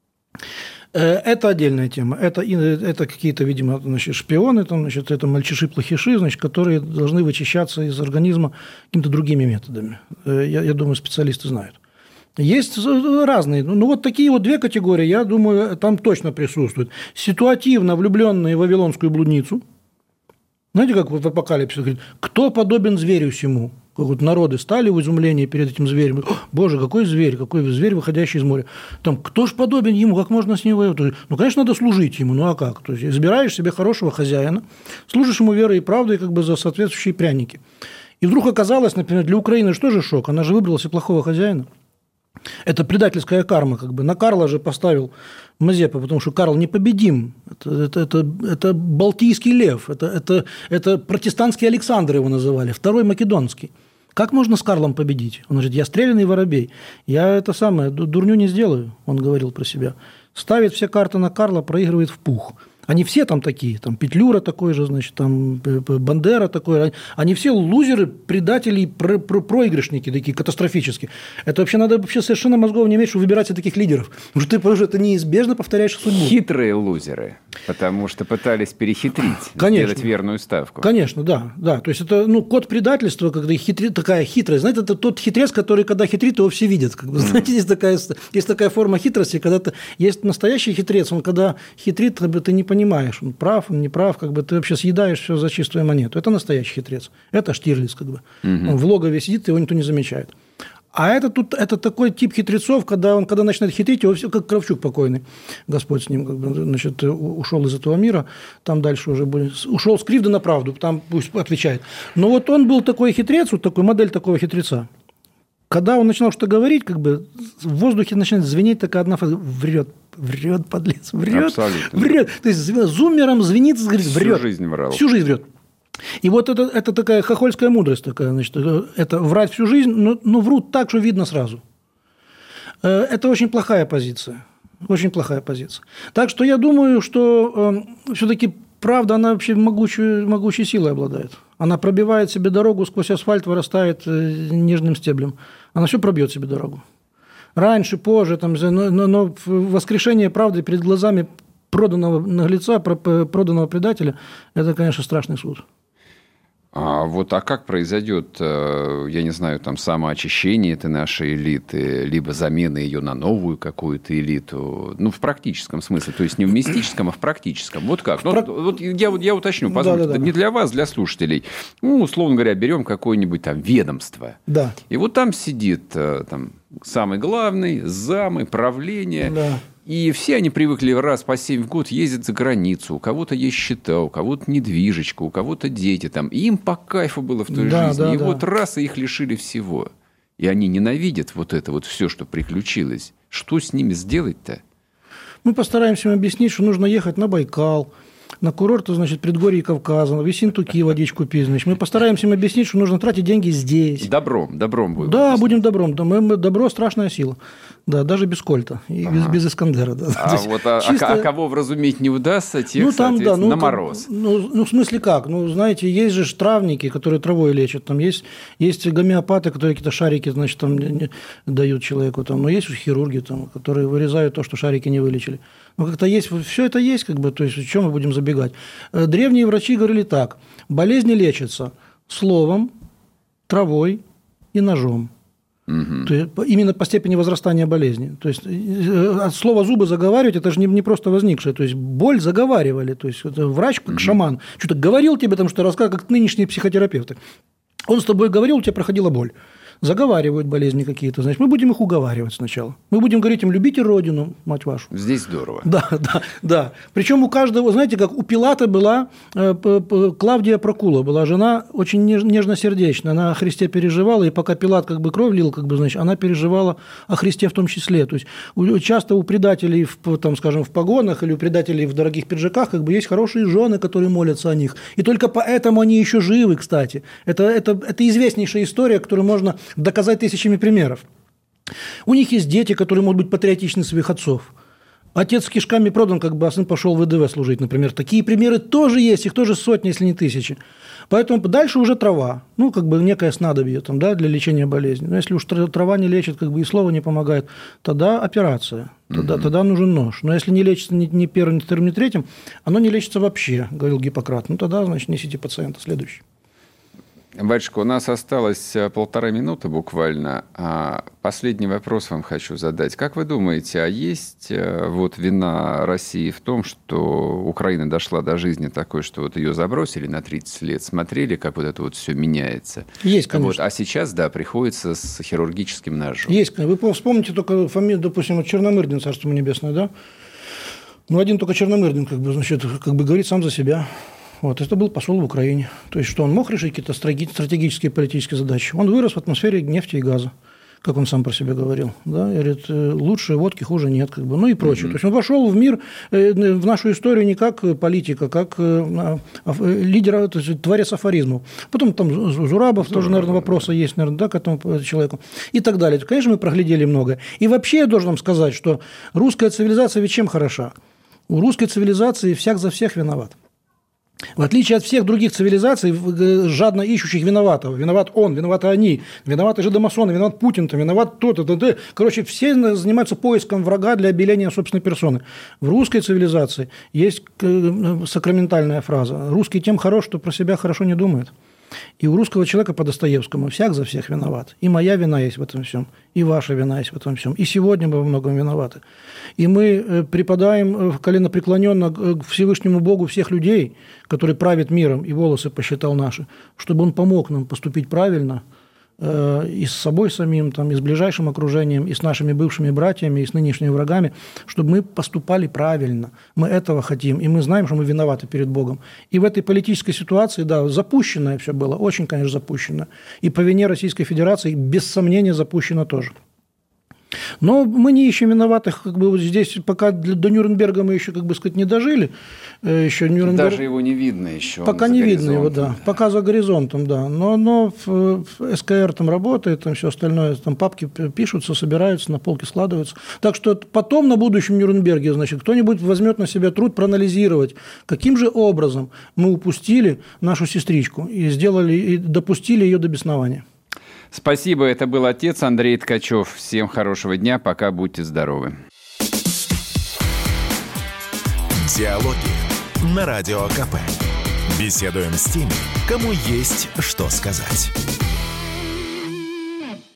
S3: Это отдельная тема. Это, это какие-то, видимо, значит, шпионы, там, значит, это мальчиши-плохиши, значит, которые должны вычищаться из организма какими-то другими методами. Я, я думаю, специалисты знают. Есть разные. Ну, вот такие вот две категории, я думаю, там точно присутствуют. Ситуативно влюбленные в вавилонскую блудницу. Знаете, как в апокалипсисе говорит, кто подобен зверю сему? Вот народы стали в изумлении перед этим зверем. Боже, какой зверь, какой зверь, выходящий из моря. Там, кто ж подобен ему, как можно с ним воевать? Ну, конечно, надо служить ему, ну а как? То есть, избираешь себе хорошего хозяина, служишь ему верой и правдой как бы за соответствующие пряники. И вдруг оказалось, например, для Украины что же шок? Она же выбрала себе плохого хозяина. Это предательская карма. Как бы. На Карла же поставил Мазепа, потому что Карл непобедим. Это, это, это, это Балтийский лев, это, это, это протестантский Александр его называли, второй македонский. Как можно с Карлом победить? Он говорит, я стрелянный воробей, я это самое, дурню не сделаю, он говорил про себя. Ставит все карты на Карла, проигрывает в пух. Они все там такие, там Петлюра такой же, значит, там Бандера такой, они все лузеры, предатели, про- про- проигрышники такие катастрофические. Это вообще надо вообще совершенно мозгов не иметь, чтобы выбирать себе таких лидеров. Потому что ты уже это неизбежно повторяешь судьбу.
S2: Хитрые лузеры, потому что пытались перехитрить, конечно, сделать верную ставку.
S3: Конечно, да, да. То есть это ну, код предательства, когда хитри... такая хитрость. Знаете, это тот хитрец, который, когда хитрит, его все видят. Как бы, знаете, есть такая, есть такая форма хитрости, когда ты... есть настоящий хитрец, он когда хитрит, как бы, ты не понимаешь, он прав, он не прав, как бы ты вообще съедаешь все за чистую монету. Это настоящий хитрец. Это Штирлиц, как бы. Угу. Он в логове сидит, его никто не замечает. А это, тут, это такой тип хитрецов, когда он когда начинает хитрить, его все как Кравчук покойный, Господь с ним, как бы, значит, ушел из этого мира, там дальше уже будет, ушел с кривды на правду, там пусть отвечает. Но вот он был такой хитрец, вот такой модель такого хитреца. Когда он начинал что-то говорить, как бы в воздухе начинает звенеть такая одна фраза: врет, врет, подлец, врет,
S2: абсолютно.
S3: врет. То есть зумером звенит, говорит, врет.
S2: Всю жизнь врал.
S3: Всю жизнь врет. И вот это, это такая хохольская мудрость такая, значит, это врать всю жизнь, но, но врут так, что видно сразу. Это очень плохая позиция, очень плохая позиция. Так что я думаю, что э, все-таки правда, она вообще могучей, могучей силой обладает. Она пробивает себе дорогу сквозь асфальт, вырастает нежным стеблем. Она все пробьет себе дорогу. Раньше, позже, там, но, но, но воскрешение правды перед глазами проданного наглеца, проданного предателя, это, конечно, страшный суд.
S2: А вот а как произойдет, я не знаю, там самоочищение этой нашей элиты, либо замена ее на новую какую-то элиту, ну, в практическом смысле, то есть не в мистическом, а в практическом. Вот как? Ну, Про... вот я, вот, я уточню, позвольте, да, да, да. Не для вас, для слушателей. Ну, условно говоря, берем какое-нибудь там ведомство.
S3: Да.
S2: И вот там сидит там самый главный, замы, правление.
S3: Да.
S2: И все они привыкли раз по семь в год ездить за границу. У кого-то есть счета, у кого-то недвижечка, у кого-то дети там. И им по кайфу было в той
S3: да,
S2: жизни.
S3: да,
S2: и
S3: да.
S2: вот раз и их лишили всего. И они ненавидят вот это вот все, что приключилось. Что с ними сделать-то?
S3: Мы постараемся им объяснить, что нужно ехать на Байкал, на курорты, значит, предгорье Кавказа, в Ессентуки водичку пить. Значит, мы постараемся им объяснить, что нужно тратить деньги здесь.
S2: Добром, добром будем.
S3: Да, будем добром. Добро – страшная сила. Да, даже без Кольта и ага. без, без Искандера. Да.
S2: А, вот, а, чисто... а кого вразуметь не удастся, тех,
S3: ну, там, да, ну,
S2: на мороз.
S3: Ну, ну, в смысле как? Ну, знаете, есть же травники, которые травой лечат. Там есть, есть гомеопаты, которые какие-то шарики, значит, там дают человеку. Там. Но есть же хирурги, там, которые вырезают то, что шарики не вылечили. Ну, как-то есть, все это есть, как бы, то есть, о чем мы будем забегать. Древние врачи говорили так: болезни лечатся словом, травой и ножом. Угу. То есть, именно по степени возрастания болезни. То есть, от слова зубы заговаривать, это же не, не просто возникшее. То есть, боль заговаривали. То есть, это врач, как угу. шаман, что-то говорил тебе, там, что рассказывал, как нынешние психотерапевты. Он с тобой говорил, у тебя проходила боль. Заговаривают болезни какие-то, значит, мы будем их уговаривать сначала. Мы будем говорить им: любите родину, мать вашу.
S2: Здесь здорово.
S3: Да, да, да. Причем у каждого, знаете, как у Пилата была Клавдия Прокула, была жена очень нежносердечная, она о Христе переживала, и пока Пилат как бы кровь лил, как бы, значит, она переживала о Христе в том числе. То есть часто у предателей, в, там, скажем, в погонах или у предателей в дорогих пиджаках как бы есть хорошие жены, которые молятся о них. И только поэтому они еще живы, кстати. Это, это, это известнейшая история, которую можно доказать тысячами примеров. У них есть дети, которые могут быть патриотичны своих отцов. Отец кишками продан, как бы, а сын пошел в ВДВ служить, например. Такие примеры тоже есть, их тоже сотни, если не тысячи. Поэтому дальше уже трава, ну, как бы некое снадобье там, да, для лечения болезни. Но если уж трава не лечит, как бы и слово не помогает, тогда операция, тогда, угу. тогда нужен нож. Но если не лечится ни, ни первым, ни вторым, ни третьим, оно не лечится вообще, говорил Гиппократ. Ну, тогда, значит, несите пациента следующий.
S2: Батюшка, у нас осталось полтора минуты буквально. Последний вопрос вам хочу задать. Как вы думаете, а есть вот вина России в том, что Украина дошла до жизни такой, что вот ее забросили на тридцать лет, смотрели, как вот это вот все меняется?
S3: Есть, конечно.
S2: Вот, а сейчас, да, приходится с хирургическим ножом.
S3: Есть, конечно. Вы вспомните только фамилию, допустим, Черномырдин, царство ему небесное, да? Ну, один только Черномырдин, как бы, значит, как бы говорит сам за себя. Вот, это был посол в Украине. То есть, что он мог решить какие-то стратегические политические задачи. Он вырос в атмосфере нефти и газа, как он сам про себя говорил. Да? И говорит, лучше водки, хуже нет. Как бы, ну и прочее. Mm-hmm. То есть, он вошел в мир, в нашу историю не как политика, как лидер, то есть, творец афоризмов. Потом там Зурабов, Здорово, тоже, наверное, вопросы да. есть, наверное, да, к этому человеку. И так далее. Конечно, мы проглядели много. И вообще я должен вам сказать, что русская цивилизация ведь чем хороша? У русской цивилизации всяк за всех виноват. В отличие от всех других цивилизаций, жадно ищущих виноватого. Виноват он, виноваты они, виноваты жидомасоны, виноват Путин, виноват то-то, то-то. Короче, все занимаются поиском врага для обеления собственной персоны. В русской цивилизации есть сакраментальная фраза: русский тем хорош, что про себя хорошо не думает. И у русского человека по Достоевскому всяк за всех виноват. И моя вина есть в этом всем, и ваша вина есть в этом всем. И сегодня мы во многом виноваты. И мы преподаем коленопреклоненно к Всевышнему Богу всех людей, который правит миром и волосы посчитал наши, чтобы он помог нам поступить правильно, и с собой самим, там, и с ближайшим окружением, и с нашими бывшими братьями, и с нынешними врагами, чтобы мы поступали правильно. Мы этого хотим, и мы знаем, что мы виноваты перед Богом. И в этой политической ситуации, да, запущенное все было, очень, конечно, запущено. И по вине Российской Федерации, без сомнения, запущено тоже. Но мы не ищем виноватых, как бы вот здесь, пока до Нюрнберга мы еще, как бы сказать, не дожили. Еще Нюрнберг...
S2: Даже его не видно еще.
S3: Пока не видно его, да. Пока за горизонтом, да. Но, но в, в СКР там работает, там все остальное, там папки пишутся, собираются, на полке складываются. Так что потом на будущем Нюрнберге, значит, кто-нибудь возьмет на себя труд проанализировать, каким же образом мы упустили нашу сестричку и сделали, и допустили ее до беснования.
S2: Спасибо, это был отец Андрей Ткачев. Всем хорошего дня, пока, будьте здоровы.
S1: Диалоги на Радио КП. Беседуем с теми, кому есть что сказать.